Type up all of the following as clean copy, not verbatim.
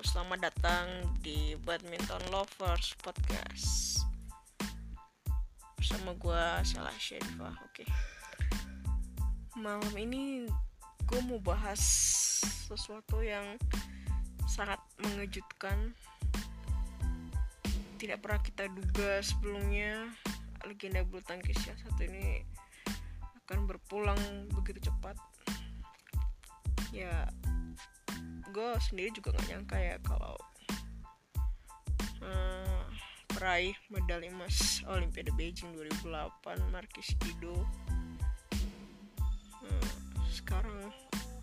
selamat datang di Badminton Lovers Podcast bersama gue Salah Syarifah. Malam ini gue mau bahas sesuatu yang sangat mengejutkan. Tidak pernah kita duga sebelumnya legenda bulu tangkis yang satu ini akan berpulang begitu cepat. Ya, gue sendiri juga gak nyangka ya kalau peraih medali emas Olimpiade Beijing 2008 Marquis Guido sekarang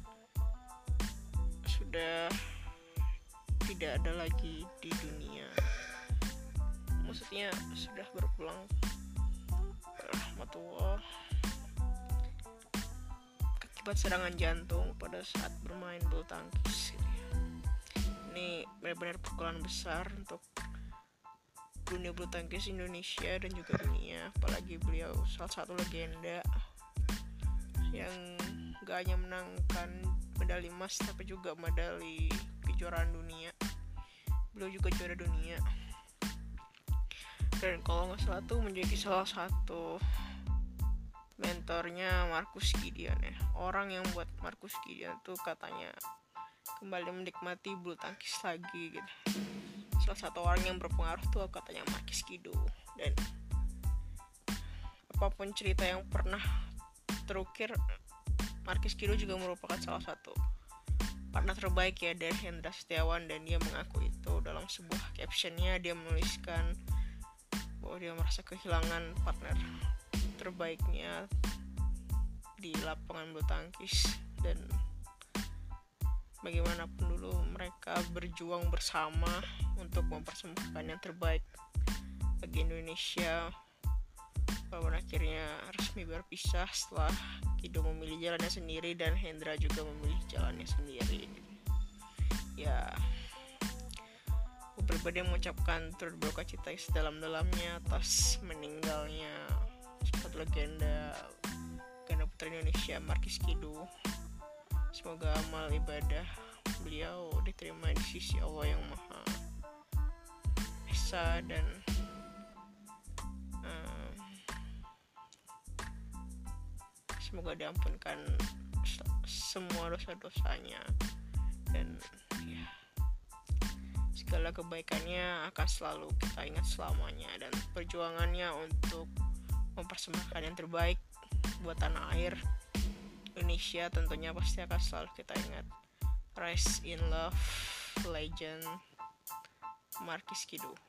sudah tidak ada lagi di dunia. Maksudnya sudah berpulang rahmatullah akibat serangan jantung pada saat bermain bulu tangkis. Ini benar-benar pukulan besar untuk dunia bulu tangkis Indonesia dan juga dunia, apalagi beliau salah satu legenda yang gak hanya menangkan medali emas tapi juga medali kejuaraan dunia. Beliau juga juara dunia, dan kalau gak salah tuh menjadi salah satu mentornya Marcus Gideon ya. Orang yang buat Marcus Gideon tuh katanya kembali menikmati bulu tangkis lagi gitu. Salah satu orang yang berpengaruh tuh katanya Marquis Guido. Dan apapun cerita yang pernah terukir, Marquis Guido juga merupakan salah satu partner terbaik ya dari Hendra Setiawan, dan dia mengaku itu dalam sebuah captionnya. Dia menuliskan bahwa dia merasa kehilangan partner terbaiknya di lapangan bulu tangkis, dan bagaimanapun dulu mereka berjuang bersama untuk mempersembahkan yang terbaik bagi Indonesia. Walaupun akhirnya resmi berpisah setelah Guido memilih jalannya sendiri dan Hendra juga memilih jalannya sendiri. Ya, aku pribadi mengucapkan turut berduka cita sedalam-dalamnya atas meninggalnya satu legenda putri Indonesia, Marquis Guido. Semoga amal ibadah beliau diterima di sisi Allah yang Maha Esa, dan semoga diampunkan semua dosa-dosanya, dan ya, segala kebaikannya akan selalu kita ingat selamanya, dan perjuangannya untuk mempersembahkan yang terbaik buat tanah air Indonesia tentunya pasti akan selalu kita ingat. Rise in love, legend Marquis Guido.